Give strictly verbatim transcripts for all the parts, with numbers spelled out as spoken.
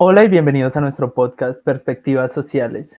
Hola y bienvenidos a nuestro podcast Perspectivas Sociales.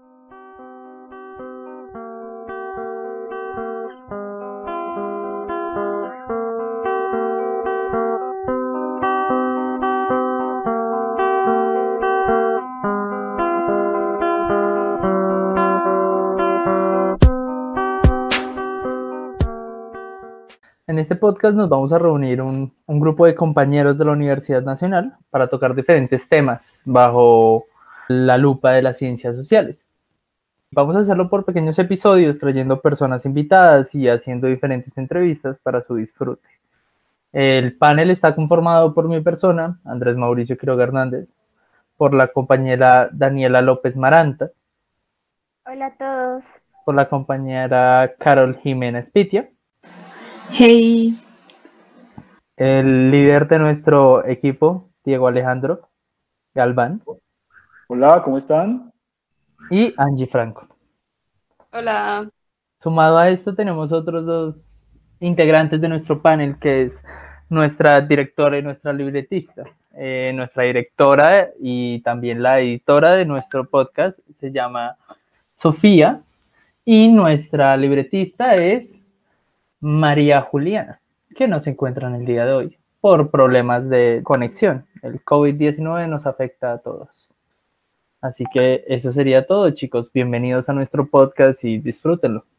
En este podcast nos vamos a reunir un, un grupo de compañeros de la Universidad Nacional para tocar diferentes temas bajo la lupa de las ciencias sociales. Vamos a hacerlo por pequeños episodios, trayendo personas invitadas y haciendo diferentes entrevistas para su disfrute. El panel está conformado por mi persona, Andrés Mauricio Quiroga Hernández, por la compañera Daniela López Maranta. Hola a todos. Por la compañera Carol Jiménez Pitia. Hey. El líder de nuestro equipo, Diego Alejandro Galván. Hola, ¿cómo están? Y Angie Franco. Hola. Sumado a esto tenemos otros dos integrantes de nuestro panel, que es nuestra directora y nuestra libretista. Eh, nuestra directora y también la editora de nuestro podcast se llama Sofía y nuestra libretista es María Juliana, que no se encuentra en el día de hoy por problemas de conexión. El COVID diecinueve nos afecta a todos. Así que eso sería todo, chicos. Bienvenidos a nuestro podcast y disfrútenlo.